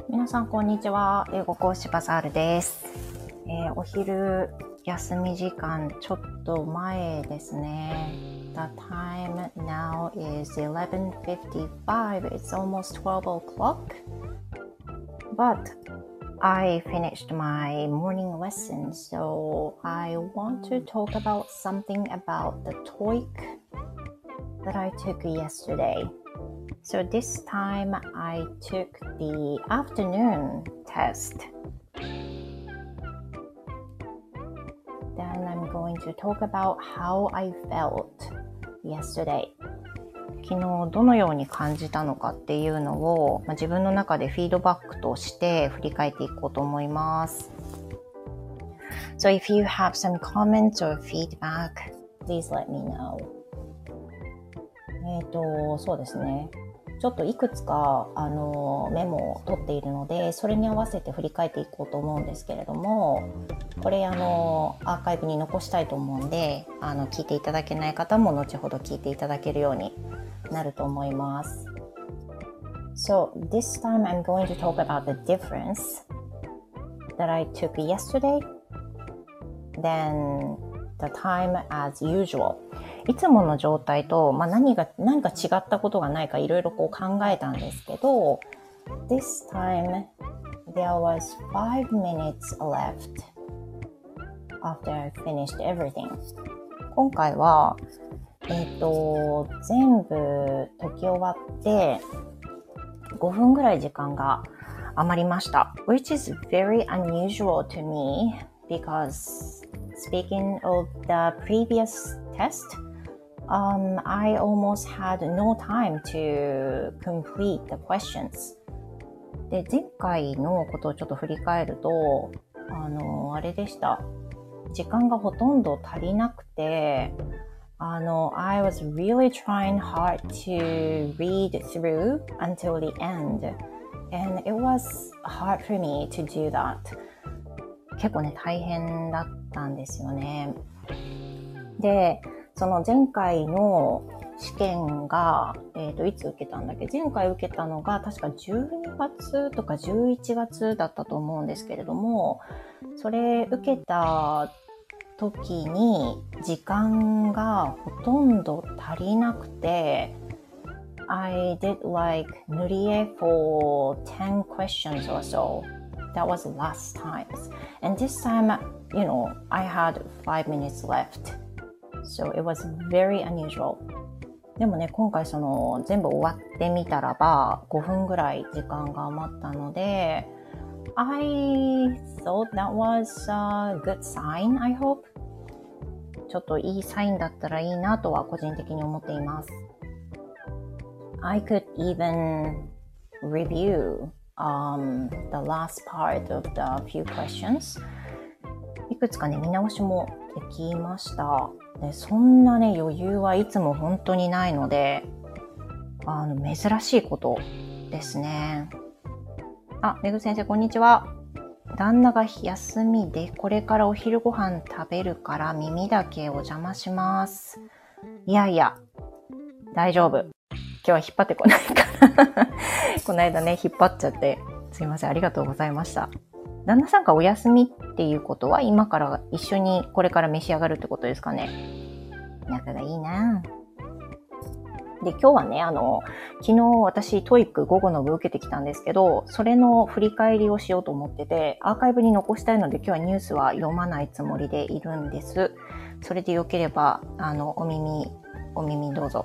皆さんこんにちは。英語講師バザールです。お昼休み時間ちょっと前ですね。The time now is 11:55. It's almost 12 o'clock. But I finished my morning lesson, so I want to talk about something about the TOEIC that I took yesterday.So this time I took the afternoon test. Then I'm going to talk about how I felt yesterday. 昨日どのように感じたのかっていうのを、自分の中でフィードバックとして振り返っていこうと思います。So if you have some comments or feedback, please let me know. そうですね。ちょっといくつかメモを取っているので、それに合わせて振り返っていこうと思うんですけれども、これアーカイブに残したいと思うんで、聞いていただけない方も後ほど聞いていただけるようになると思います。So this time I'm going to talk about the difference that I took yesterday, then the time as usual.いつもの状態と、何か違ったことがないかいろいろ考えたんですけど、This time there was 5 minutes left after I finished everything. 今回は、全部解き終わって5分ぐらい時間が余りました。Which is very unusual to me because speaking of the previous test,I almost had no time to complete the questions. で、前回のことをちょっと振り返ると、あれでした。時間がほとんど足りなくて、I was really trying hard to read through until the end. And it was hard for me to do that. 結構ね、大変だったんですよね。で、その前回の試験が、いつ受けたんだっけ？前回受けたのが確か12月とか11月だったと思うんですけれども、それ受けた時に時間がほとんど足りなくて、I did like 塗り絵 for 10 questions or so. That was last time. And this time, I had 5 minutes left.So it was very unusual. でもね、今回全部終わってみたらば5分ぐらい時間が余ったので I thought that was a good sign, I hope. ちょっといいサインだったらいいなとは個人的に思っています。I could even review、the last part of the few questions. いくつかね、見直しもできました。で、そんなね、余裕はいつも本当にないので、珍しいことですね。めぐ先生、こんにちは。旦那が休みで、これからお昼ご飯食べるから耳だけお邪魔します。いやいや、大丈夫。今日は引っ張ってこないから。この間ね、引っ張っちゃって、すいません、ありがとうございました。旦那さんがお休みっていうことは今から一緒にこれから召し上がるってことですかね。仲がいいな。で、今日はね、昨日私TOEIC午後の部受けてきたんですけど、それの振り返りをしようと思ってて、アーカイブに残したいので今日はニュースは読まないつもりでいるんです。それでよければ、お耳どうぞ。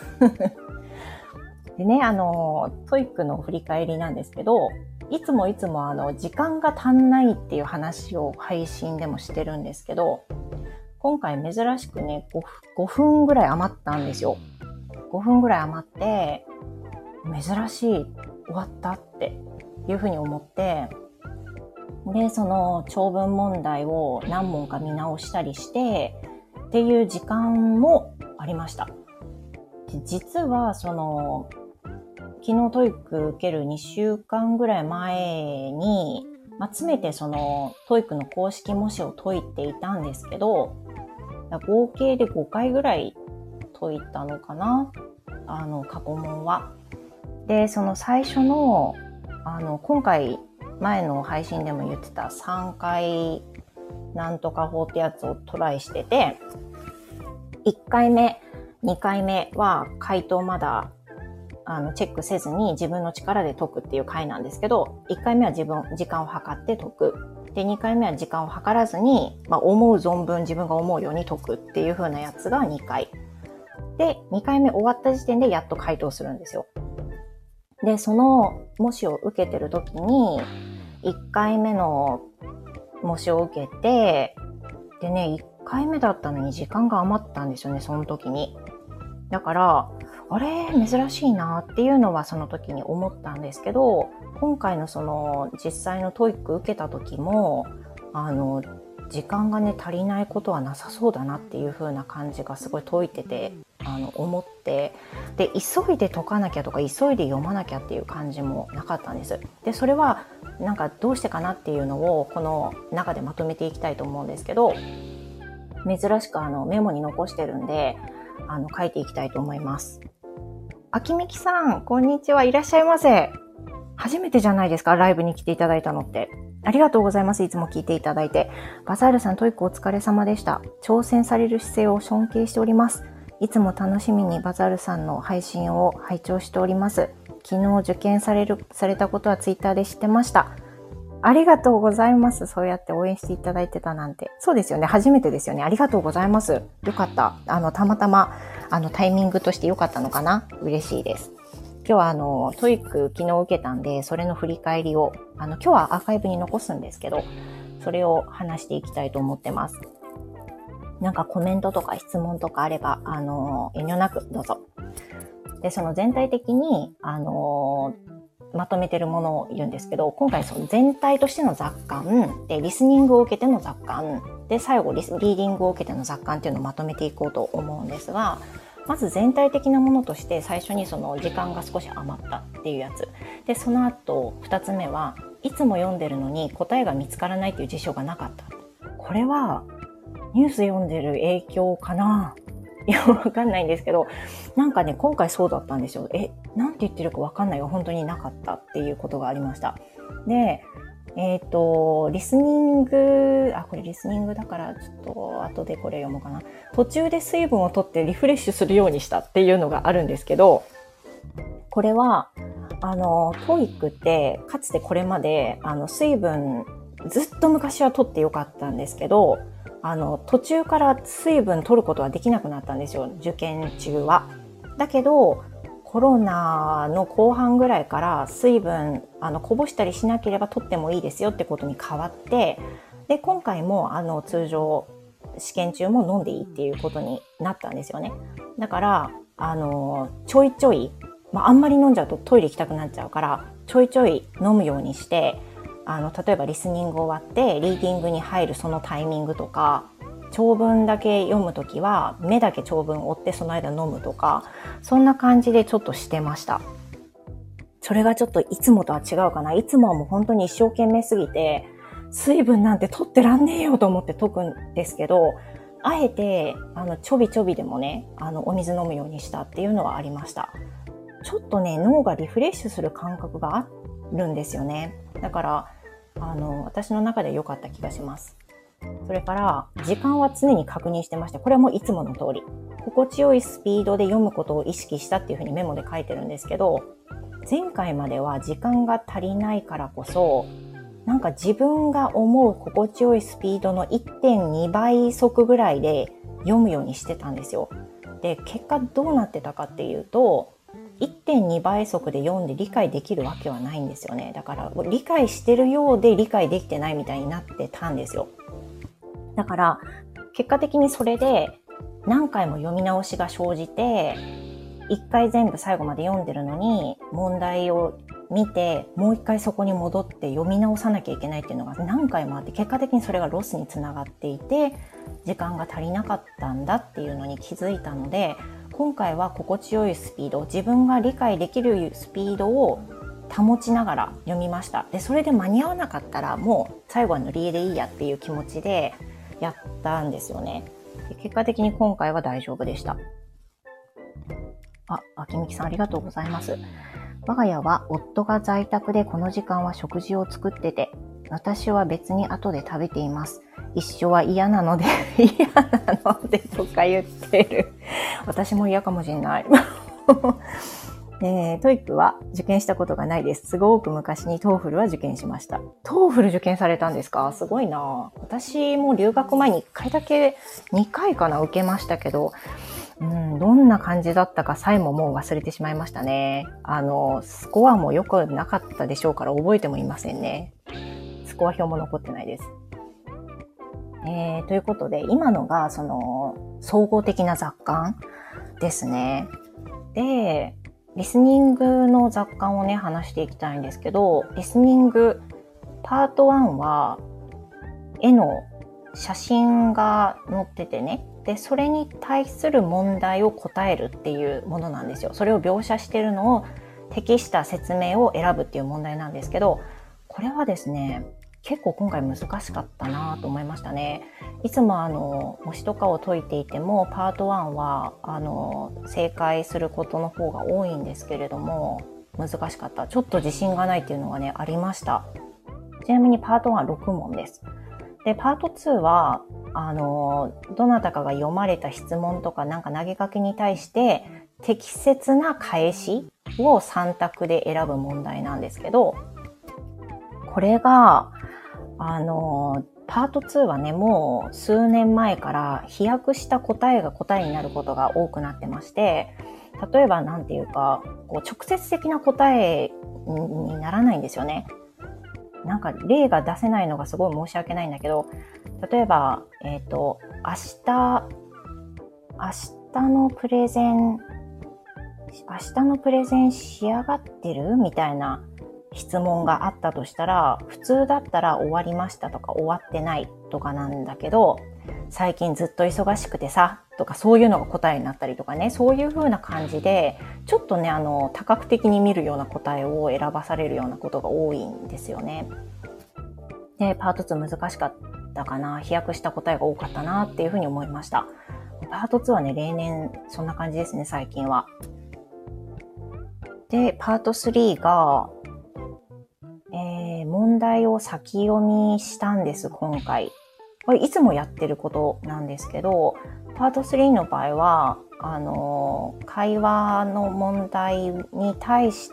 でね、TOEICの振り返りなんですけど、いつも時間が足んないっていう話を配信でもしてるんですけど、今回珍しくね、5分ぐらい余ったんですよ。5分ぐらい余って、珍しい、終わったっていうふうに思って、で、その長文問題を何問か見直したりして、っていう時間もありました。実は、昨日TOEIC受ける2週間ぐらい前に、詰めてTOEICの公式模試を解いていたんですけど、合計で5回ぐらい解いたのかな、過去問は。で、その最初の今回前の配信でも言ってた3回なんとか法ってやつをトライしてて、1回目、2回目は回答まだチェックせずに自分の力で解くっていう回なんですけど、1回目は時間を計って解く。で、2回目は時間を計らずに、思う存分自分が思うように解くっていう風なやつが2回。で、2回目終わった時点でやっと回答するんですよ。で、その模試を受けてる時に、1回目の模試を受けて、でね、1回目だったのに時間が余ったんですよね、その時に。だから、あれ、珍しいなっていうのはその時に思ったんですけど、今回のその実際のトイック受けた時も、時間がね、足りないことはなさそうだなっていう風な感じがすごい解いてて、思って、で、急いで解かなきゃとか、急いで読まなきゃっていう感じもなかったんです。で、それは、なんかどうしてかなっていうのを、この中でまとめていきたいと思うんですけど、珍しくメモに残してるんで、書いていきたいと思います。あきみきさん、こんにちは。いらっしゃいませ。初めてじゃないですか、ライブに来ていただいたのって。ありがとうございます。いつも聞いていただいて。バザールさん、トイックお疲れ様でした。挑戦される姿勢を尊敬しております。いつも楽しみにバザールさんの配信を拝聴しております。昨日受験されたことはツイッターで知ってました。ありがとうございます。そうやって応援していただいてたなんて。そうですよね。初めてですよね。ありがとうございます。よかった。たまたま、タイミングとしてよかったのかな。嬉しいです。今日はトイック昨日受けたんで、それの振り返りを、今日はアーカイブに残すんですけど、それを話していきたいと思ってます。なんかコメントとか質問とかあれば、遠慮なくどうぞ。で、その全体的に、まとめてるものを言うんですけど、今回その全体としての雑感で、リスニングを受けての雑感で、最後リーディングを受けての雑感っていうのをまとめていこうと思うんですが、まず全体的なものとして最初にその時間が少し余ったっていうやつで、その後2つ目はいつも読んでるのに答えが見つからないっていう事象がなかった。これはニュース読んでる影響かな。いや、わかんないんですけど、なんかね、今回そうだったんですよ。なんて言ってるかわかんないが本当になかったっていうことがありました。で、リスニング、これリスニングだからちょっと後でこれ読もうかな。途中で水分を取ってリフレッシュするようにしたっていうのがあるんですけど、これは、トイックってかつてこれまで、水分ずっと昔は取ってよかったんですけど、途中から水分取ることはできなくなったんですよ、受験中は。だけど、コロナの後半ぐらいから水分こぼしたりしなければ取ってもいいですよってことに変わって、で今回も通常試験中も飲んでいいっていうことになったんですよね。だからちょいちょい、あんまり飲んじゃうとトイレ行きたくなっちゃうからちょいちょい飲むようにして、例えばリスニング終わってリーディングに入るそのタイミングとか、長文だけ読むときは目だけ長文を追ってその間飲むとか、そんな感じでちょっとしてました。それがちょっといつもとは違うかな。いつもはもう本当に一生懸命すぎて水分なんて取ってらんねえよと思って解くんですけど、あえてちょびちょびでもねお水飲むようにしたっていうのはありました。ちょっとね脳がリフレッシュする感覚があるんですよね。だから私の中で良かった気がします。それから時間は常に確認してました。これはもういつもの通り心地よいスピードで読むことを意識したっていうふうにメモで書いてるんですけど、前回までは時間が足りないからこそなんか自分が思う心地よいスピードの 1.2 倍速ぐらいで読むようにしてたんですよ。で結果どうなってたかっていうと、1.2 倍速で読んで理解できるわけはないんですよね。だから理解してるようで理解できてないみたいになってたんですよ。だから結果的にそれで何回も読み直しが生じて、一回全部最後まで読んでるのに問題を見てもう一回そこに戻って読み直さなきゃいけないっていうのが何回もあって、結果的にそれがロスにつながっていて時間が足りなかったんだっていうのに気づいたので、今回は心地よいスピード、自分が理解できるスピードを保ちながら読みました。でそれで間に合わなかったらもう最後は塗り絵でいいやっていう気持ちでやったんですよね。で結果的に今回は大丈夫でした。あきみきさんありがとうございます。 我が家は夫が在宅でこの時間は食事を作ってて、私は別に後で食べています。一緒は嫌なので嫌なのでとか言ってる。私も嫌かもしれない。トイックは受験したことがないです。すごく昔にトーフルは受験しました。トーフル受験されたんですか？すごいな。私も留学前に1回だけ、2回かな受けましたけど、どんな感じだったかさえももう忘れてしまいましたね。スコアも良くなかったでしょうから覚えてもいませんね。スコア表も残ってないです。ということで、今のがその総合的な雑感ですね。で、リスニングの雑感をね、話していきたいんですけど、リスニングパート1は絵の写真が載っててね、で、それに対する問題を答えるっていうものなんですよ。それを描写してるのを適した説明を選ぶっていう問題なんですけど、これはですね、結構今回難しかったなと思いましたね。いつも模試とかを解いていてもパート1は正解することの方が多いんですけれども、難しかった。ちょっと自信がないっていうのがね、ありました。ちなみにパート1は6問です。で、パート2はどなたかが読まれた質問とかなんか投げかけに対して適切な返しを3択で選ぶ問題なんですけど、これがパート2はね、もう数年前から飛躍した答えが答えになることが多くなってまして、例えばなんていうか、こう直接的な答えにならないんですよね。なんか例が出せないのがすごい申し訳ないんだけど、例えば、明日のプレゼン仕上がってるみたいな質問があったとしたら、普通だったら終わりましたとか終わってないとかなんだけど、最近ずっと忙しくてさとかそういうのが答えになったりとかね、そういう風な感じでちょっとね多角的に見るような答えを選ばされるようなことが多いんですよね。で、パート2難しかったかな、飛躍した答えが多かったなっていう風に思いました。パート2はね、例年そんな感じですね、最近は。で、パート3が問題を先読みしたんです、今回。これいつもやってることなんですけど、パート3の場合は、会話の問題に対して、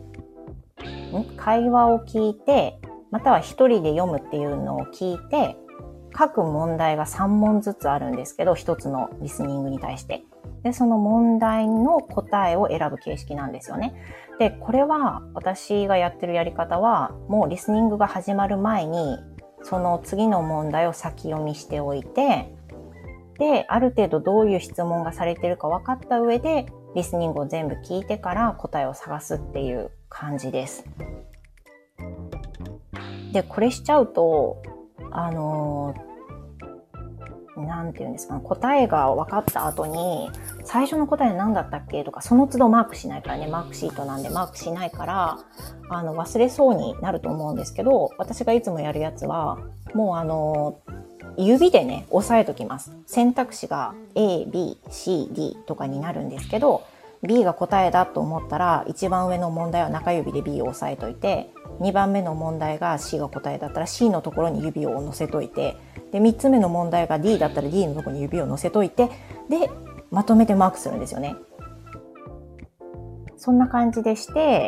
会話を聞いて、または一人で読むっていうのを聞いて、各問題が3問ずつあるんですけど、一つのリスニングに対して。で、その問題の答えを選ぶ形式なんですよね。で、これは私がやってるやり方は、もうリスニングが始まる前に、その次の問題を先読みしておいて、で、ある程度どういう質問がされているか分かった上で、リスニングを全部聞いてから答えを探すっていう感じです。で、これしちゃうと、なんていうんですかね、答えが分かった後に、最初の答え何だったっけとか、その都度マークしないからね、マークシートなんでマークしないから、忘れそうになると思うんですけど、私がいつもやるやつは、もう指でね、押さえときます。選択肢が A、B、C、D とかになるんですけど、B が答えだと思ったら、一番上の問題は中指で B を押さえといて、2番目の問題が C が答えだったら C のところに指を乗せといて、で3つ目の問題が D だったら D のところに指を乗せといて、でまとめてマークするんですよね。そんな感じでして、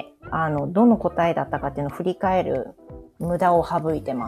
どの答えだったかっていうのを振り返る無駄を省いてます。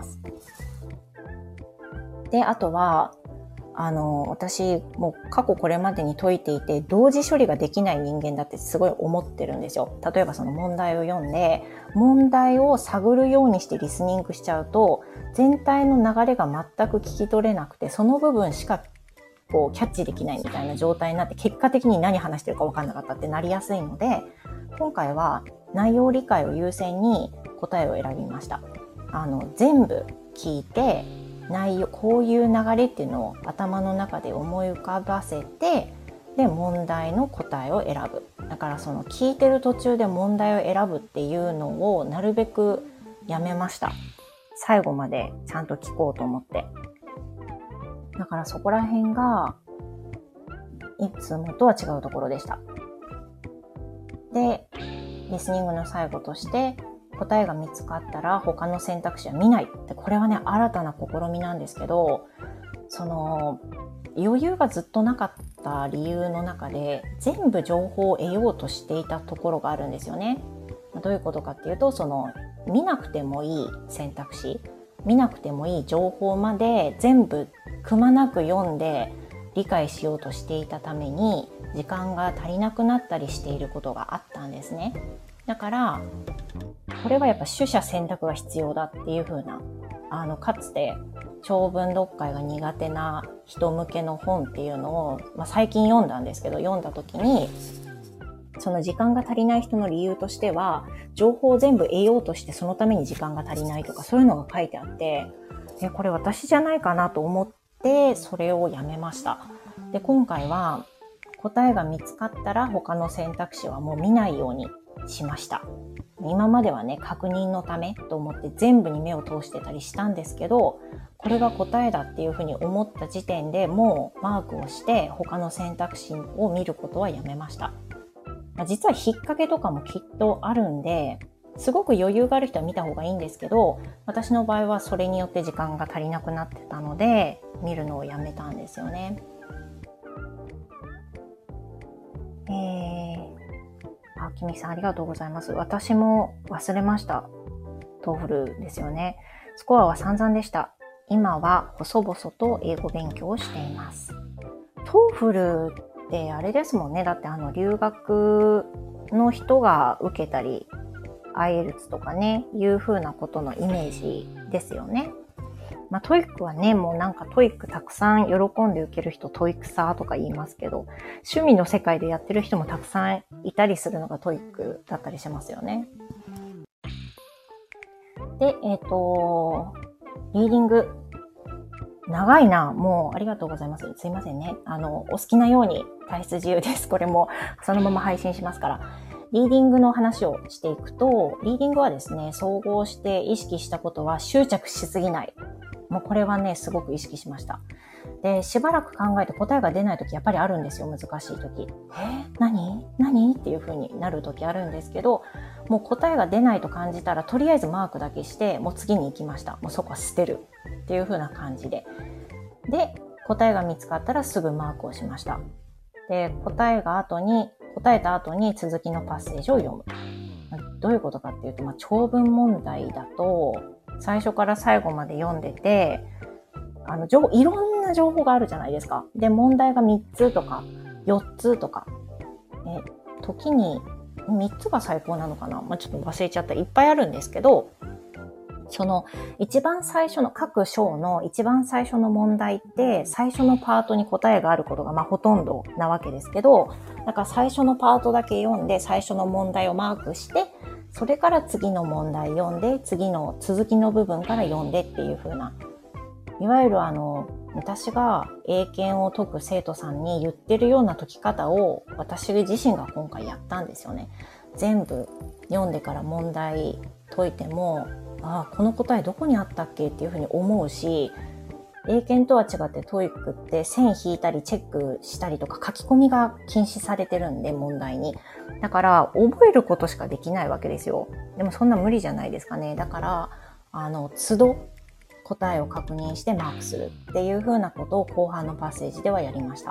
で、あとは私もう過去これまでに解いていて、同時処理ができない人間だってすごい思ってるんですよ。例えばその問題を読んで、問題を探るようにしてリスニングしちゃうと、全体の流れが全く聞き取れなくて、その部分しかこうキャッチできないみたいな状態になって、結果的に何話してるか分かんなかったってなりやすいので、今回は内容理解を優先に答えを選びました。全部聞いて、内容、こういう流れっていうのを頭の中で思い浮かばせて、で問題の答えを選ぶ。だからその聞いてる途中で問題を選ぶっていうのをなるべくやめました。最後までちゃんと聞こうと思って。だからそこら辺がいつもとは違うところでした。で、 リスニングの最後として、答えが見つかったら他の選択肢は見ないって、これはね、新たな試みなんですけど、余裕がずっとなかった理由の中で、全部情報を得ようとしていたところがあるんですよね。どういうことかっていうと、見なくてもいい選択肢、見なくてもいい情報まで全部くまなく読んで理解しようとしていたために、時間が足りなくなったりしていることがあったんですね。だからこれはやっぱ取捨選択が必要だっていう風な、かつて長文読解が苦手な人向けの本っていうのを、最近読んだんですけど、読んだ時にその時間が足りない人の理由としては、情報を全部得ようとしてそのために時間が足りないとか、そういうのが書いてあって、これ私じゃないかなと思ってそれをやめました。で、今回は答えが見つかったら他の選択肢はもう見ないようにしました。今まではね、確認のためと思って全部に目を通してたりしたんですけど、これが答えだっていうふうに思った時点でもうマークをして他の選択肢を見ることはやめました。実は引っ掛けとかもきっとあるんで、すごく余裕がある人は見た方がいいんですけど、私の場合はそれによって時間が足りなくなってたので見るのをやめたんですよね。きみさんありがとうございます。私も忘れました。トーフルですよね。スコアは散々でした。今は細々と英語勉強をしています。トーフルってあれですもんね。だって留学の人が受けたり、IELTS とかね、いう風なことのイメージですよね。トイックはね、もうなんかトイックたくさん喜んで受ける人、トイックサーとか言いますけど、趣味の世界でやってる人もたくさんいたりするのがトイックだったりしますよね。で、リーディング。長いな。もうありがとうございます。すいませんね。お好きなように体質自由です。これもそのまま配信しますから。リーディングの話をしていくと、リーディングはですね、総合して意識したことは執着しすぎない。もうこれはね、すごく意識しました。で、しばらく考えて答えが出ないときやっぱりあるんですよ、難しいとき。何っていう風になるときあるんですけど、もう答えが出ないと感じたら、とりあえずマークだけして、もう次に行きました。もうそこは捨てるっていう風な感じで。で、答えが見つかったらすぐマークをしました。で、答えた後に続きのパッセージを読む。どういうことかっていうと、長文問題だと、最初から最後まで読んでて、いろんな情報があるじゃないですか。で、問題が3つとか、4つとか、時に3つが最高なのかな？ちょっと忘れちゃった。いっぱいあるんですけど、一番最初の各章の一番最初の問題って、最初のパートに答えがあることがほとんどなわけですけど、だから最初のパートだけ読んで、最初の問題をマークして、それから次の問題読んで、次の続きの部分から読んでっていう風な、いわゆる私が英検を解く生徒さんに言ってるような解き方を私自身が今回やったんですよね。全部読んでから問題解いても、この答えどこにあったっけっていう風に思うし、英検とは違ってトイックって線引いたりチェックしたりとか書き込みが禁止されてるんで、問題に。だから覚えることしかできないわけですよ。でもそんな無理じゃないですかね。だから都度答えを確認してマークするっていう風なことを後半のパッセージではやりました。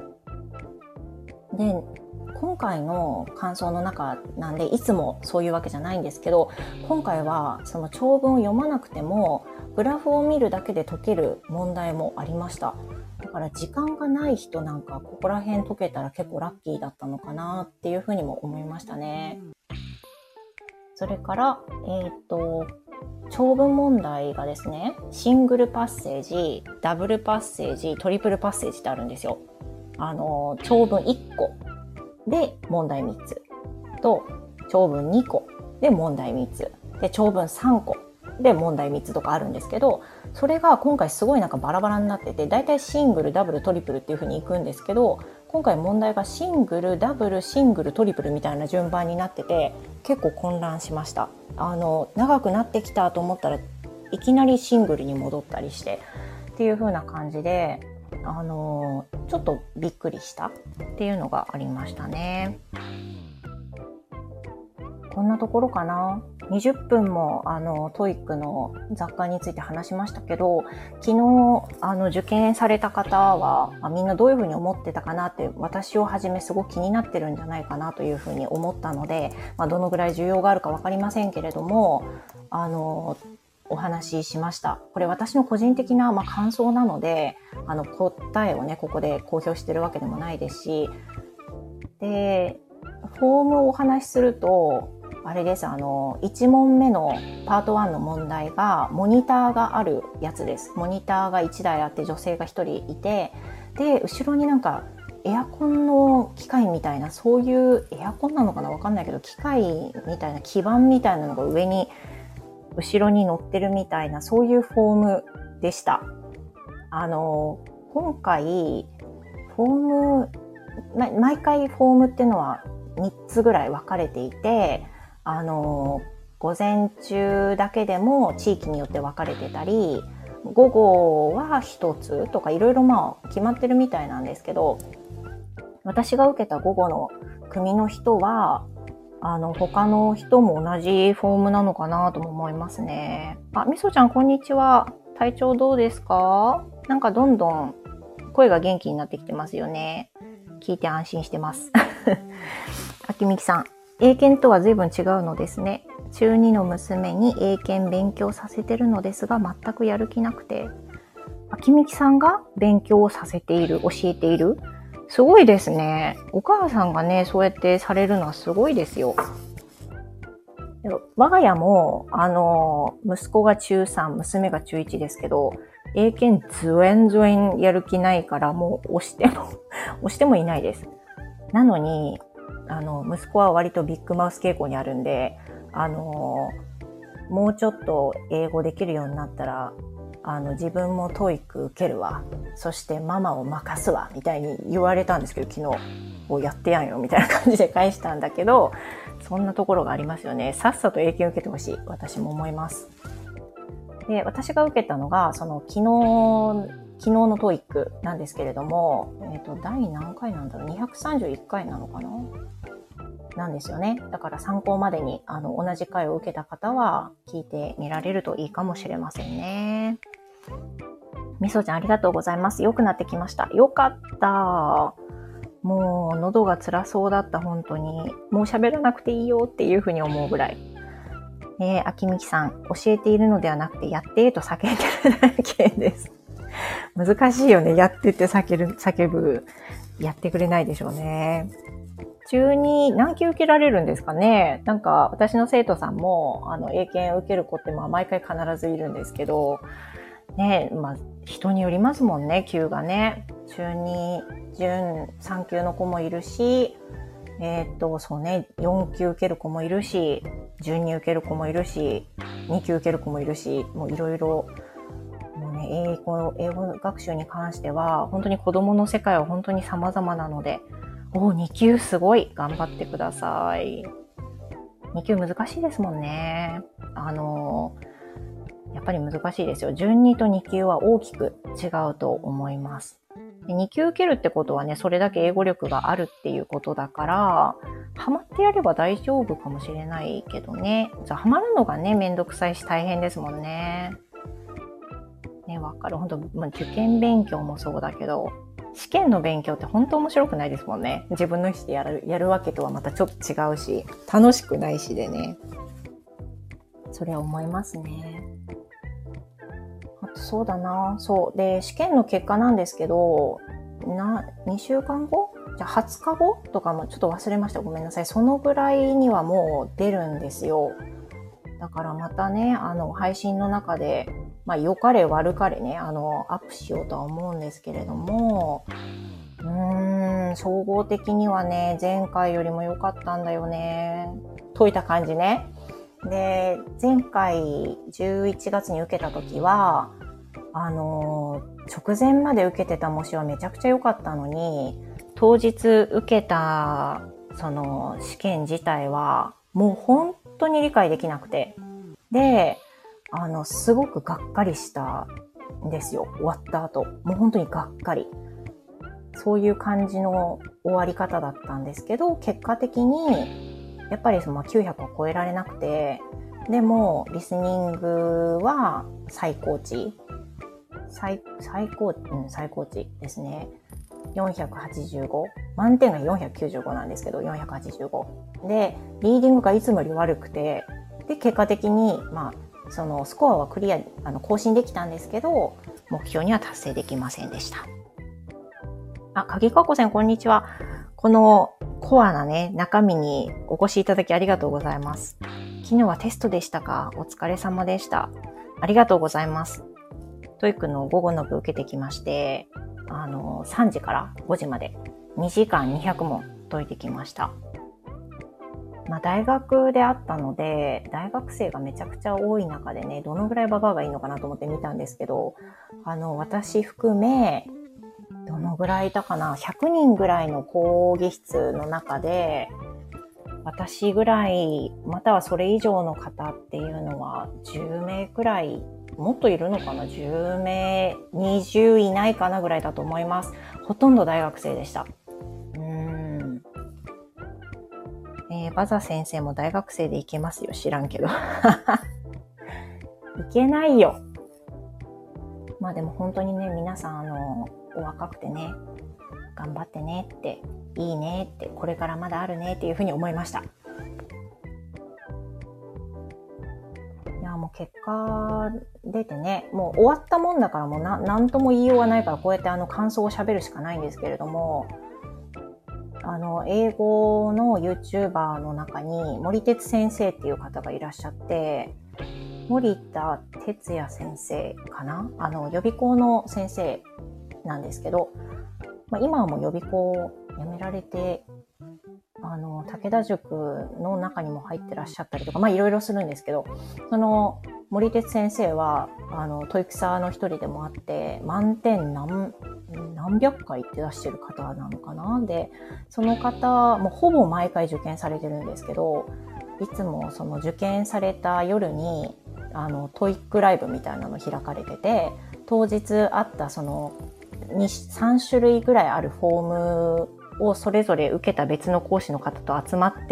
で、今回の感想の中なんで、いつもそういうわけじゃないんですけど、今回はその長文を読まなくてもグラフを見るだけで解ける問題もありました。だから時間がない人なんかここら辺解けたら結構ラッキーだったのかなっていうふうにも思いましたね。それから長文問題がですね、シングルパッセージ、ダブルパッセージ、トリプルパッセージってあるんですよ。長文1個で問題3つと、長文2個で問題3つで、長文3個で問題3つとかあるんですけど、それが今回すごいなんかバラバラになってて、だいたいシングル、ダブル、トリプルっていう風にいくんですけど、今回問題がシングル、ダブル、シングル、トリプルみたいな順番になってて、結構混乱しました。長くなってきたと思ったらいきなりシングルに戻ったりしてっていう風な感じで、ちょっとびっくりしたっていうのがありましたね。 こんなところかな。20分もトイックの雑貨について話しましたけど、昨日受験された方はみんなどういうふうに思ってたかなって、私をはじめすごく気になってるんじゃないかなというふうに思ったので、どのぐらい需要があるかわかりませんけれども、お話ししました。これ私の個人的な、感想なので、答えをねここで公表してるわけでもないですし、でフォームをお話しすると、あれです、1問目のパート1の問題がモニターがあるやつです。モニターが1台あって女性が1人いて、で後ろになんかエアコンの機械みたいな、そういうエアコンなのかなわかんないけど、機械みたいな基板みたいなのが上に後ろに乗ってるみたいな、そういうフォームでした。今回フォーム、毎回フォームっていうのは3つぐらい分かれていて、午前中だけでも地域によって分かれてたり、午後は1つとかいろいろ決まってるみたいなんですけど、私が受けた午後の組の人は他の人も同じフォームなのかなとも思いますね。みそちゃんこんにちは。体調どうですか？なんかどんどん声が元気になってきてますよね。聞いて安心してます。あきみきさん、英検とは随分違うのですね。中2の娘に英検勉強させてるのですが、全くやる気なくて。あきみきさんが勉強をさせている、教えている？すごいですね。お母さんがね、そうやってされるのはすごいですよ。我が家も、息子が中3、娘が中1ですけど、英検全然やる気ないから、もう押してもいないです。なのに、息子は割とビッグマウス傾向にあるんで、もうちょっと英語できるようになったら、自分もトーイック受けるわ。そしてママを任すわ。みたいに言われたんですけど、昨日、やってやんよ。みたいな感じで返したんだけど、そんなところがありますよね。さっさと英検受けてほしい。私も思います。で、私が受けたのが、昨日のトーイックなんですけれども、第何回なんだろう ?231 回なのかななんですよね。だから参考までに、同じ回を受けた方は聞いてみられるといいかもしれませんね。みそちゃんありがとうございます。良くなってきました。よかった。もう喉が辛そうだった、本当に。もう喋らなくていいよっていうふうに思うぐらい。あきみきさん、教えているのではなくて、やってと叫んでるだけです。難しいよね。やってって叫ぶ。やってくれないでしょうね。中に何級受けられるんですかね。なんか私の生徒さんも英検受ける子って毎回必ずいるんですけど、ね、人によりますもんね、級がね。中2、準3級の子もいるし、そうね、4級受ける子もいるし、準2受ける子もいるし、2級受ける子もいるし、もういろいろ、もうね、英語学習に関しては、本当に子供の世界は本当に様々なので、2級すごい頑張ってください。2級難しいですもんね。やっぱり難しいですよ。準2と2級は大きく違うと思います。で2級受けるってことはね、それだけ英語力があるっていうことだから、ハマってやれば大丈夫かもしれないけどね。ハマるのがね、めんどくさいし大変ですもんね。ね、わかる。本当受験勉強もそうだけど、試験の勉強って本当面白くないですもんね。自分の意思でやるわけとはまたちょっと違うし、楽しくないしでね。それは思いますね。あとそうだな。そう。で、試験の結果なんですけど、2週間後？じゃあ20日後とかもちょっと忘れました。ごめんなさい。そのぐらいにはもう出るんですよ。だからまたね、配信の中で、良かれ悪かれね、アップしようとは思うんですけれども、総合的にはね、前回よりも良かったんだよね。解いた感じね。で、前回11月に受けた時は、直前まで受けてた模試はめちゃくちゃ良かったのに、当日受けた、その試験自体は、もう本当に理解できなくて。で、すごくがっかりしたんですよ。終わった後。もう本当にがっかり。そういう感じの終わり方だったんですけど、結果的に、 やっぱりその900は超えられなくて、でもリスニングは最高値ですね。485。満点が495なんですけど、485。で、リーディングがいつもより悪くて、で、結果的に、そのスコアは更新できたんですけど、目標には達成できませんでした。鍵かっこさん、こんにちは。このコアなね、中身にお越しいただきありがとうございます。昨日はテストでしたか？お疲れ様でした。ありがとうございます。TOEIC の午後の部受けてきまして、3時から5時まで2時間200問解いてきました。大学であったので、大学生がめちゃくちゃ多い中でね、どのぐらいババアがいいのかなと思って見たんですけど、私含め、どのぐらいいたかな ?100 人ぐらいの講義室の中で、私ぐらい、またはそれ以上の方っていうのは10名くらい、もっといるのかな ?10 名、20いないかなぐらいだと思います。ほとんど大学生でした。バザ先生も大学生でいけますよ。知らんけど。いけないよ。でも本当にね、皆さんお若くてね、頑張ってねって、いいねって、これからまだあるねっていうふうに思いました。いや、もう結果出てね、もう終わったもんだからもうなんとも言いようがないから、こうやって感想を喋るしかないんですけれども、英語の YouTuber の中に森哲先生っていう方がいらっしゃって、森田哲也先生かな？予備校の先生なんですけど、今はもう予備校を辞められて、武田塾の中にも入ってらっしゃったりとか、いろいろするんですけど、その森哲先生は、トイックサーの一人でもあって、満点何百回って出してる方なのかな。で、その方、もうほぼ毎回受験されてるんですけど、いつもその受験された夜に、トイックライブみたいなの開かれてて、当日あったその3種類ぐらいあるフォームをそれぞれ受けた別の講師の方と集まって、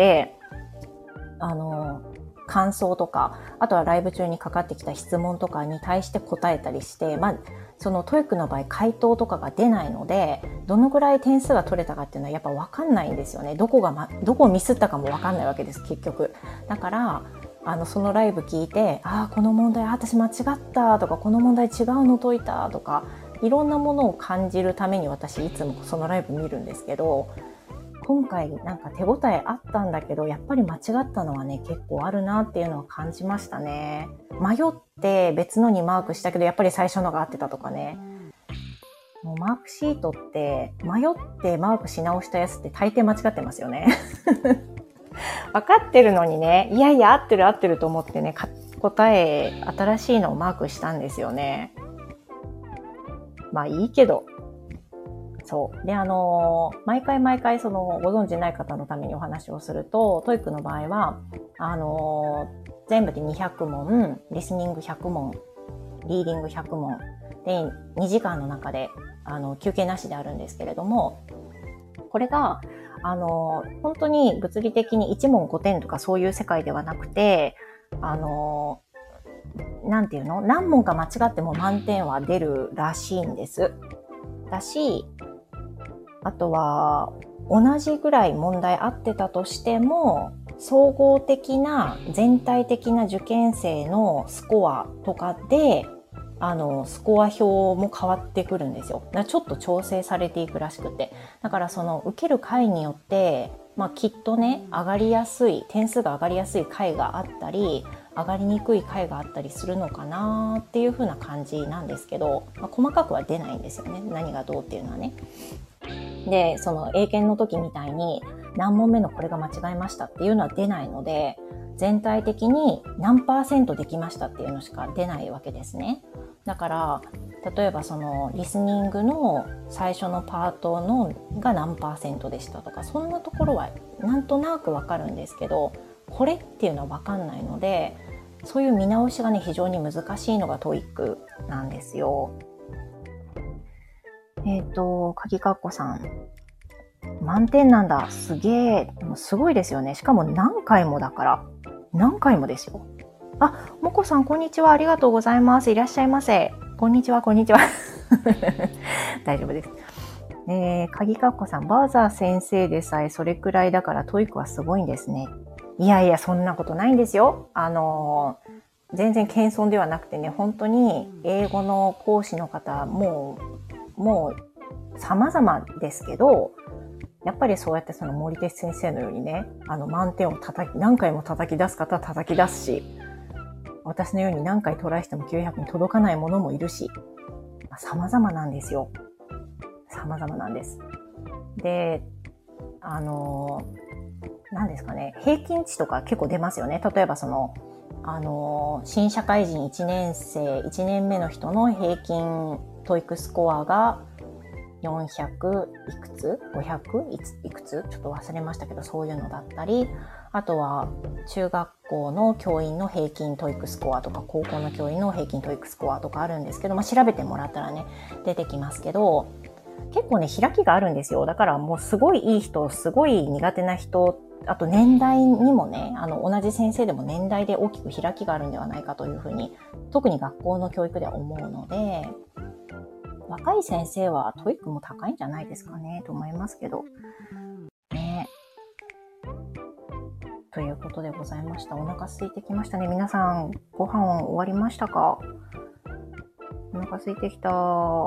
感想とか、あとはライブ中にかかってきた質問とかに対して答えたりして、そのトイックの場合回答とかが出ないので、どのぐらい点数が取れたかっていうのはやっぱ分かんないんですよね。どこをミスったかも分かんないわけです、結局。だから、そのライブ聞いて、この問題私間違ったとか、この問題違うの解いたとか、いろんなものを感じるために私いつもそのライブ見るんですけど、今回なんか手応えあったんだけど、やっぱり間違ったのはね、結構あるなっていうのは感じましたね。迷って別のにマークしたけど、やっぱり最初のが合ってたとかね。もうマークシートって迷ってマークし直したやつって大抵間違ってますよね。分かってるのにね、いやいや合ってると思ってね、新しいのをマークしたんですよね。いいけど。そう。で、毎回そのご存知ない方のためにお話をすると、TOEICの場合は、全部で200問、リスニング100問、リーディング100問で2時間の中で休憩なしであるんですけれども、これが本当に物理的に1問5点とかそういう世界ではなくて、なんていうの？何問か間違っても満点は出るらしいんです。だし、あとは同じぐらい問題合ってたとしても、総合的な全体的な受験生のスコアとかでスコア表も変わってくるんですよ。ちょっと調整されていくらしくて、だからその受ける回によってきっとね、点数が上がりやすい回があったり上がりにくい回があったりするのかなっていう風な感じなんですけど、細かくは出ないんですよね、何がどうっていうのはね。で、その英検の時みたいに何問目のこれが間違えましたっていうのは出ないので、全体的に何%できましたっていうのしか出ないわけですね。だから例えばそのリスニングの最初のパートのが何%でしたとか、そんなところはなんとなくわかるんですけど、これっていうのはわかんないので、そういう見直しがね、非常に難しいのが TOEIC なんですよ。かぎかっこさん、 満点なんだ。すげえ。でもすごいですよね。しかも何回もだから。何回もですよ。あ、もこさん、こんにちは。ありがとうございます。いらっしゃいませ。こんにちは、こんにちは。大丈夫です。鍵かっこさん、バーザー先生でさえそれくらいだからトイックはすごいんですね。いやいや、そんなことないんですよ。全然謙遜ではなくてね、本当に英語の講師の方もう様々ですけど、やっぱりそうやってその森哲先生のようにね、満点を何回も叩き出す方は叩き出すし、私のように何回トライしても900に届かないものもいるし、様々なんですよ。様々なんです。で、何ですかね、平均値とか結構出ますよね。例えば新社会人1年生、1年目の人の平均トイックスコアが400いくつ ?500 いくつちょっと忘れましたけど、そういうのだったり、あとは中学校の教員の平均トイックスコアとか、高校の教員の平均トイックスコアとかあるんですけど、調べてもらったらね、出てきますけど、結構ね、開きがあるんですよ。だからもうすごいいい人、すごい苦手な人、あと年代にもね、同じ先生でも年代で大きく開きがあるんではないかというふうに、特に学校の教育では思うので、若い先生はトイックも高いんじゃないですかね、と思いますけど。ね。ということでございました。お腹空いてきましたね。皆さん、ご飯終わりましたか？お腹空いてきた。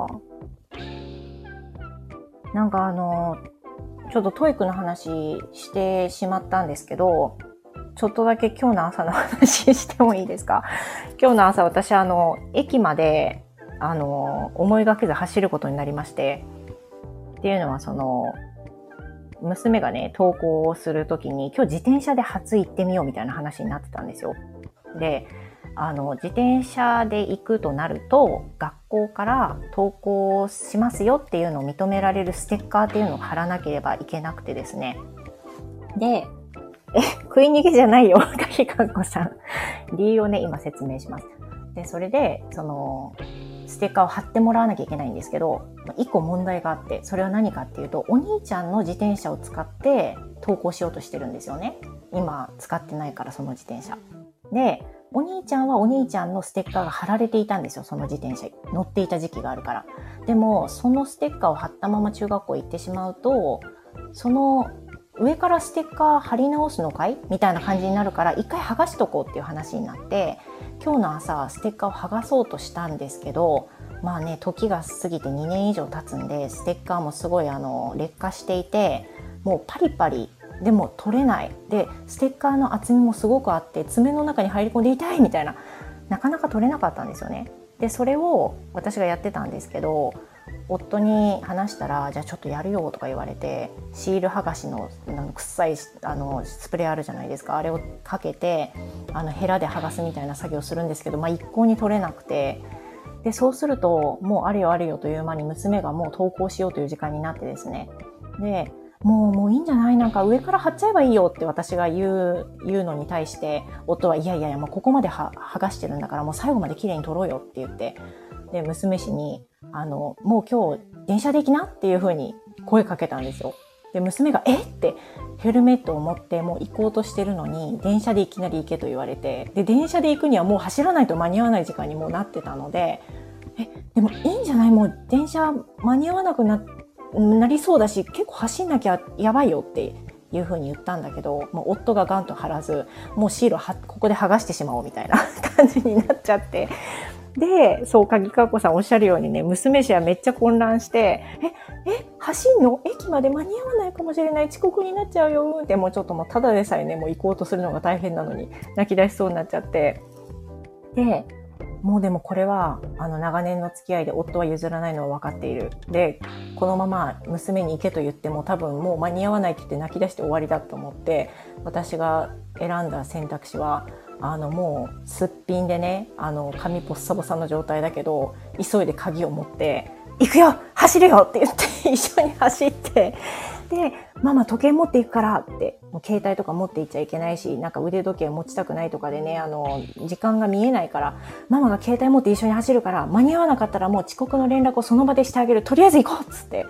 なんかちょっとトイックの話してしまったんですけど、ちょっとだけ今日の朝の話してもいいですか？今日の朝私駅まで思いがけず走ることになりまして、っていうのは娘がね、登校をするときに今日自転車で初行ってみようみたいな話になってたんですよ。で、自転車で行くとなると、学校から登校しますよっていうのを認められるステッカーっていうのを貼らなければいけなくてですね。で、食い逃げじゃないよ、かひかっこさん。理由をね、今説明します。で、それで、ステッカーを貼ってもらわなきゃいけないんですけど、一個問題があって、それは何かっていうと、お兄ちゃんの自転車を使って登校しようとしてるんですよね。今使ってないから、その自転車。で、お兄ちゃんはお兄ちゃんのステッカーが貼られていたんですよ、その自転車。乗っていた時期があるから。でも、そのステッカーを貼ったまま中学校行ってしまうと、上からステッカー貼り直すのかいみたいな感じになるから、一回剥がしとこうっていう話になって、今日の朝ステッカーを剥がそうとしたんですけど、まあね、時が過ぎて2年以上経つんで、ステッカーもすごい劣化していて、もうパリパリでも取れない。で、ステッカーの厚みもすごくあって、爪の中に入り込んで痛いみたいな、なかなか取れなかったんですよね。で、それを私がやってたんですけど、夫に話したら、じゃあちょっとやるよとか言われて、シール剥がしの臭いスプレーあるじゃないですか、あれをかけてヘラで剥がすみたいな作業をするんですけど、一向に取れなくて、でそうするともうあれよあれよという間に娘がもう登校しようという時間になってですね、でもういいんじゃない、なんか上から貼っちゃえばいいよって私が言うのに対して、夫はいやいや、もうここまで剥がしてるんだからもう最後まで綺麗に取ろうよって言って、で娘氏にもう今日電車で行きなっていう風に声かけたんですよ。で娘がってヘルメットを持ってもう行こうとしてるのに、電車でいきなり行けと言われて、で電車で行くにはもう走らないと間に合わない時間にもうなってたので、でもいいんじゃない、もう電車間に合わなくなりそうだし、結構走んなきゃやばいよっていう風に言ったんだけど、もう夫がガンと貼らず、もうシールをここで剥がしてしまおうみたいな感じになっちゃって、で、そう、鍵川子さんおっしゃるようにね、娘氏はめっちゃ混乱して、走んの？駅まで間に合わないかもしれない、遅刻になっちゃうよって、もうちょっともうただでさえね、もう行こうとするのが大変なのに泣き出しそうになっちゃって、で、もうでもこれは長年の付き合いで夫は譲らないのは分かっている。で、このまま娘に行けと言っても多分もう間に合わないって言って泣き出して終わりだと思って、私が選んだ選択肢はもうすっぴんでね、髪ボッサボサの状態だけど急いで鍵を持って行くよ走るよって言って一緒に走って、でママ時計持っていくからって、もう携帯とか持っていっちゃいけないし、なんか腕時計持ちたくないとかでね、時間が見えないから、ママが携帯持って一緒に走るから間に合わなかったらもう遅刻の連絡をその場でしてあげる、とりあえず行こうっつって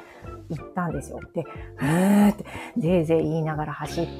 行ったんですよ。で、ってぜいぜい言いながら走って、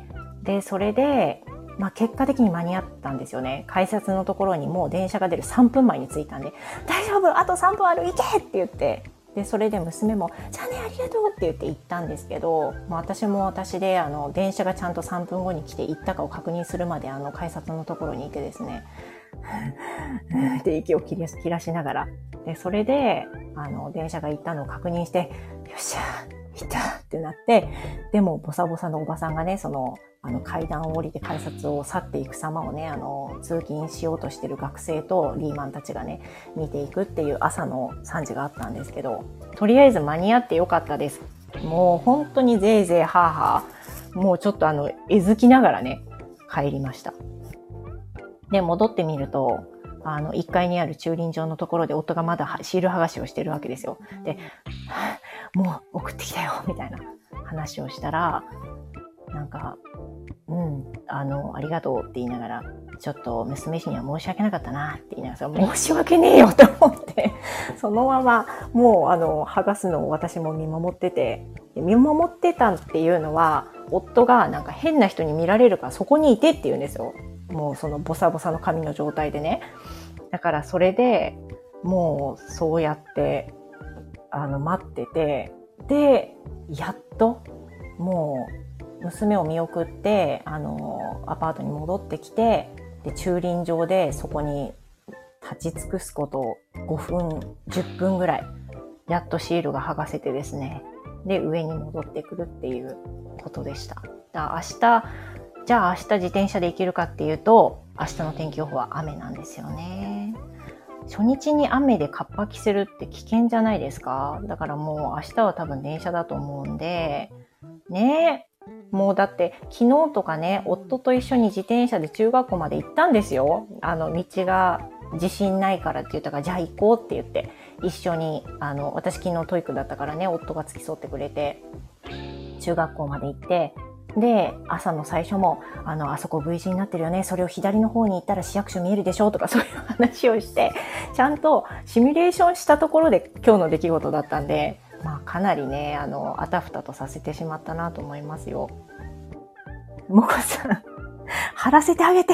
で、それで、結果的に間に合ったんですよね。改札のところにもう電車が出る3分前に着いたんで、大丈夫、あと3分ある、行けって言って、で、それで娘も、じゃあね、ありがとうって言って行ったんですけど、私も私で、電車がちゃんと3分後に来て行ったかを確認するまで、改札のところにいてですね、で、息を切らしながら、で、それで、電車が行ったのを確認して、よっしゃ、行ったってなって、でも、ボサボサのおばさんがね、階段を降りて改札を去っていく様をね、通勤しようとしてる学生とリーマンたちがね、見ていくっていう朝の3時があったんですけど、とりあえず間に合ってよかったです。もう本当にぜいぜいはーはー、もうちょっとえずきながらね、帰りました。で、戻ってみると、1階にある駐輪場のところで夫がまだシール剥がしをしてるわけですよ。で、もう送ってきたよみたいな話をしたら、なんか、ありがとうって言いながら、ちょっと娘氏には申し訳なかったなって言いながら、申し訳ねえよと思って、そのままもう剥がすのを私も見守ってて、見守ってたっていうのは、夫がなんか変な人に見られるからそこにいてって言うんですよ。もうそのボサボサの髪の状態でね。だからそれでもうそうやって待ってて、でやっともう娘を見送ってアパートに戻ってきて、で駐輪場でそこに立ち尽くすこと5分10分ぐらい、やっとシールが剥がせてですね、で上に戻ってくるっていうことでした。じゃあ明日自転車で行けるかっていうと、明日の天気予報は雨なんですよね。初日に雨でカッパ着せるって危険じゃないですか。だからもう明日は多分電車だと思うんで、ねえ、もうだって昨日とかね、夫と一緒に自転車で中学校まで行ったんですよ。道が自信ないからって言ったから、じゃあ行こうって言って、一緒に、私昨日トイックだったからね、夫が付き添ってくれて、中学校まで行って、で、朝の最初も、あそこ V 字になってるよね。それを左の方に行ったら市役所見えるでしょとか、そういう話をして、ちゃんとシミュレーションしたところで今日の出来事だったんで、かなりね、あたふたとさせてしまったなと思いますよ。もこさん、貼らせてあげて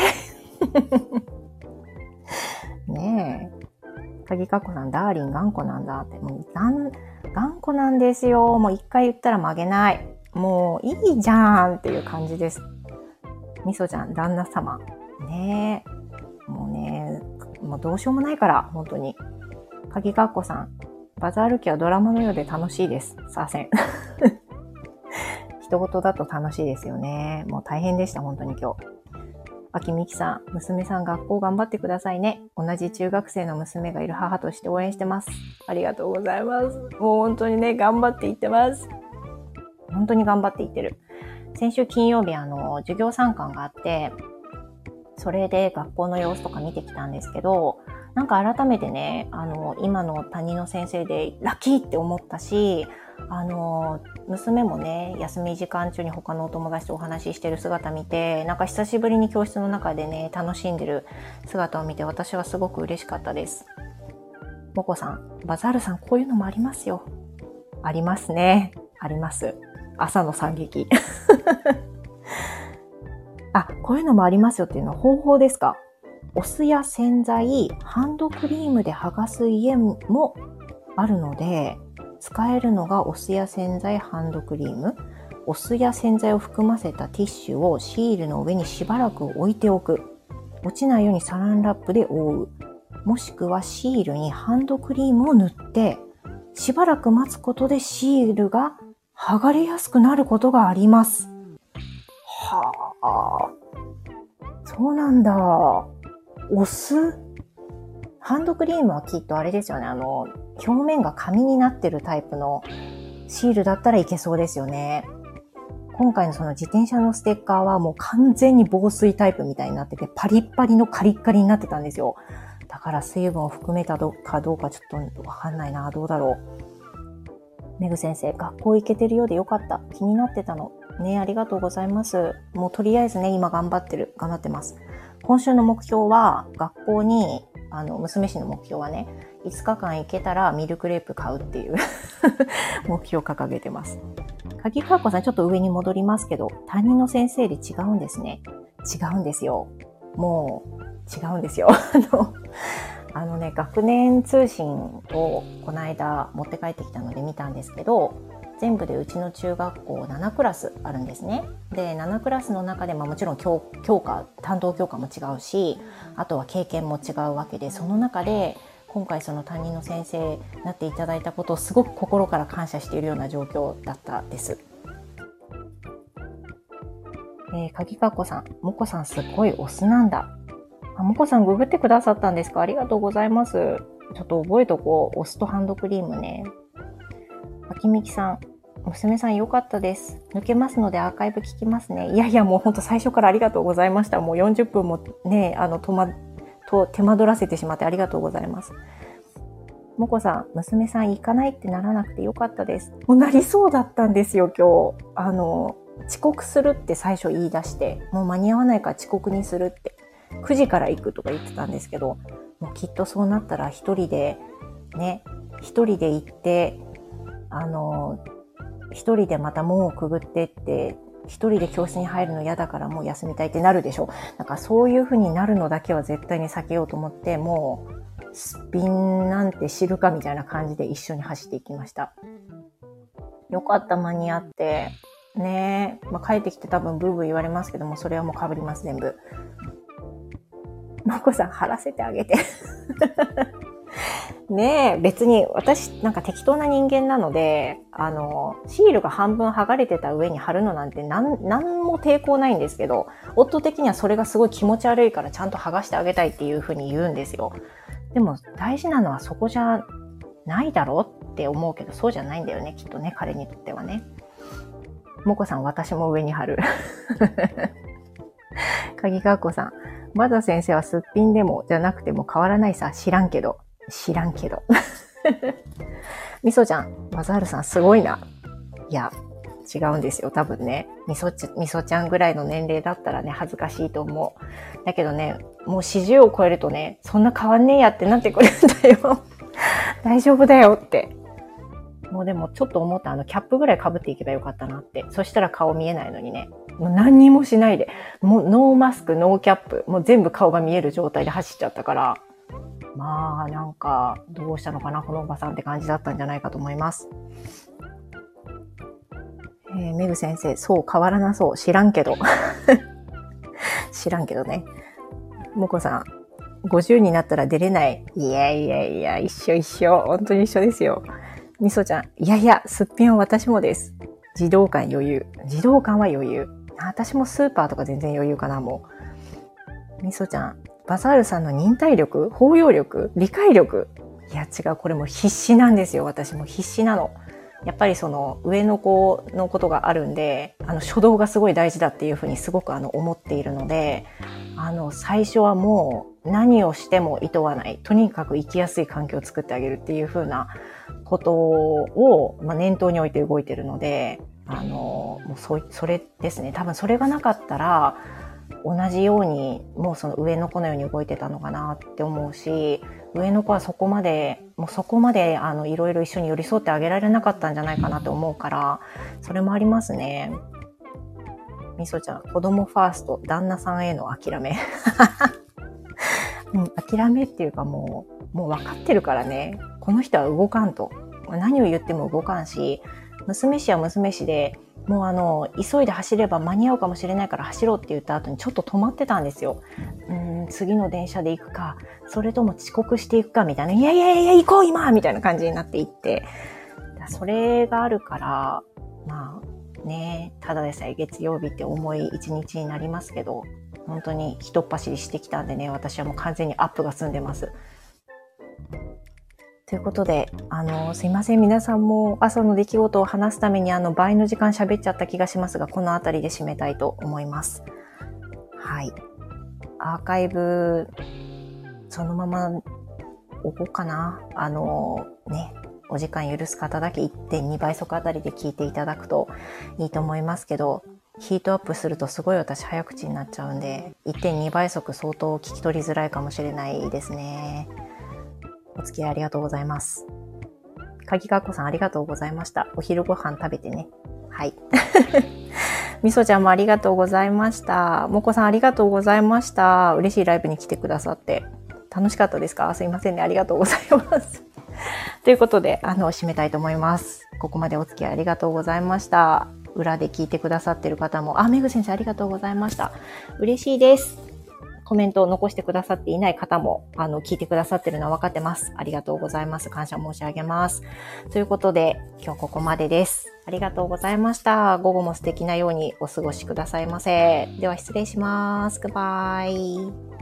ねえ。鍵かっこさん、ダーリン頑固なんだって。もう頑固なんですよ。もう一回言ったら曲げない。もういいじゃんっていう感じです。みそちゃん、旦那様。ねえ。もうね、もうどうしようもないから、本当に。鍵かっこさん、バザール記はドラマのようで楽しいです。さあせん。人事だと楽しいですよね。もう大変でした、本当に今日。秋みきさん、娘さん学校頑張ってくださいね。同じ中学生の娘がいる母として応援してます。ありがとうございます。もう本当にね、頑張っていってます。本当に頑張っていってる。先週金曜日授業参観があって、それで学校の様子とか見てきたんですけど、なんか改めてね、今の担任の先生でラッキーって思ったし、娘もね、休み時間中に他のお友達とお話ししてる姿見て、なんか久しぶりに教室の中でね、楽しんでる姿を見て、私はすごく嬉しかったです。もこさん、バザールさん、こういうのもありますよ。ありますね。あります。朝の惨劇。あ、こういうのもありますよっていうのは方法ですか？お酢や洗剤、ハンドクリームで剥がす家もあるので、使えるのがお酢や洗剤、ハンドクリーム。お酢や洗剤を含ませたティッシュをシールの上にしばらく置いておく。落ちないようにサランラップで覆う。もしくはシールにハンドクリームを塗って、しばらく待つことでシールが剥がれやすくなることがあります。はあ、そうなんだ。お酢？ハンドクリームはきっとあれですよね。表面が紙になってるタイプのシールだったらいけそうですよね。今回のその自転車のステッカーはもう完全に防水タイプみたいになってて、パリッパリのカリッカリになってたんですよ。だから水分を含めたかどうかちょっとわかんないな。どうだろう。メグ先生、学校行けてるようでよかった。気になってたの。ね、ありがとうございます。もうとりあえずね、今頑張ってます。今週の目標は学校に娘氏の目標はね、5日間行けたらミルクレープ買うっていう目標を掲げてます。鍵かっこさん、ちょっと上に戻りますけど、担任の先生で違うんですね。違うんですよ。もう、違うんですよ。学年通信をこの間持って帰ってきたので見たんですけど、全部でうちの中学校7クラスあるんですね。で、7クラスの中で、もちろん担当教科も違うし、あとは経験も違うわけで、その中で今回その担任の先生になっていただいたことをすごく心から感謝しているような状況だったです。鍵かっこさん、もこさんすっごいオスなんだ。もこさんググってくださったんですか？ありがとうございます。ちょっと覚えとこう。オスとハンドクリームね。あきみきさん、娘さん良かったです。抜けますのでアーカイブ聞きますね。いやいや、もうほんと最初からありがとうございました。もう40分もね、手間取らせてしまってありがとうございます。もこさん、娘さん行かないってならなくて良かったです。もうなりそうだったんですよ、今日。遅刻するって最初言い出して、もう間に合わないから遅刻にするって、9時から行くとか言ってたんですけど、もうきっとそうなったら一人で行って、一人でまた門をくぐってって、一人で教室に入るの嫌だからもう休みたいってなるでしょ。だからそういう風になるのだけは絶対に避けようと思って、もうスピンなんて知るかみたいな感じで一緒に走っていきました。よかった、間に合って。ねえ、帰ってきて多分ブーブー言われますけども、それはもう被ります、全部。まこさん、貼らせてあげて。ねえ、別に私なんか適当な人間なので、シールが半分剥がれてた上に貼るのなんてなんも抵抗ないんですけど、夫的にはそれがすごい気持ち悪いからちゃんと剥がしてあげたいっていう風に言うんですよ。でも大事なのはそこじゃないだろうって思うけど、そうじゃないんだよね、きっとね、彼にとってはね。もこさん、私も上に貼る。鍵かっこさん、まだ先生はすっぴんでもじゃなくても変わらないさ、知らんけど。みそちゃん、マザールさんすごいな。いや、違うんですよ、多分ね。みそちゃんぐらいの年齢だったらね、恥ずかしいと思う。だけどね、もう40を超えるとね、そんな変わんねえやってなってくるんだよ。大丈夫だよって。もうでもちょっと思った、キャップぐらい被っていけばよかったなって。そしたら顔見えないのにね。もう何にもしないで。もうノーマスク、ノーキャップ。もう全部顔が見える状態で走っちゃったから。まあ、なんか、どうしたのかな、このおばさんって感じだったんじゃないかと思います。メグ先生、そう、変わらなそう。知らんけど。知らんけどね。もこさん、50になったら出れない。いや、一緒。本当に一緒ですよ。みそちゃん、いや、すっぴんは私もです。児童館は余裕。私もスーパーとか全然余裕かな、もう。みそちゃん、バザールさんの忍耐力、包容力、理解力。いや、違う、これも必死なんですよ。私も必死なの。やっぱりその上の子のことがあるんで、初動がすごい大事だっていうふうにすごく思っているので、最初はもう何をしても厭わない。とにかく生きやすい環境を作ってあげるっていうふうなことを、念頭に置いて動いてるので、もうそれですね。多分それがなかったら、同じようにもうその上の子のように動いてたのかなって思うし、上の子はそこまでいろいろ一緒に寄り添ってあげられなかったんじゃないかなと思うから、それもありますね。みそちゃん、子供ファースト、旦那さんへの諦め。諦めっていうかもう分かってるからね。この人は動かんと。何を言っても動かんし、娘氏は娘氏で、もう急いで走れば間に合うかもしれないから走ろうって言った後にちょっと止まってたんですよ。次の電車で行くか、それとも遅刻していくかみたいな、いや行こう今みたいな感じになっていって、それがあるから、まあね、ただでさえ月曜日って重い一日になりますけど、本当に一っ走りしてきたんでね、私はもう完全にアップが済んでます。ということで、すいません。皆さんも朝の出来事を話すために倍の時間喋っちゃった気がしますが、このあたりで締めたいと思います。はい。アーカイブ、そのまま置こうかな。お時間許す方だけ 1.2 倍速あたりで聞いていただくといいと思いますけど、 ヒートアップするとすごい私早口になっちゃうんで、1.2 倍速相当聞き取りづらいかもしれないですね。お付き合いありがとうございます。かぎかっこさんありがとうございました。お昼ご飯食べてね。はい。みそちゃんもありがとうございました。もこさんありがとうございました。嬉しいライブに来てくださって。楽しかったですか？すいませんね。ありがとうございます。ということで、締めたいと思います。ここまでお付き合いありがとうございました。裏で聞いてくださってる方も、めぐ先生ありがとうございました。嬉しいです。コメントを残してくださっていない方も、聞いてくださってるのは分かってます。ありがとうございます。感謝申し上げます。ということで、今日ここまでです。ありがとうございました。午後も素敵なようにお過ごしくださいませ。では失礼します。グッバイ。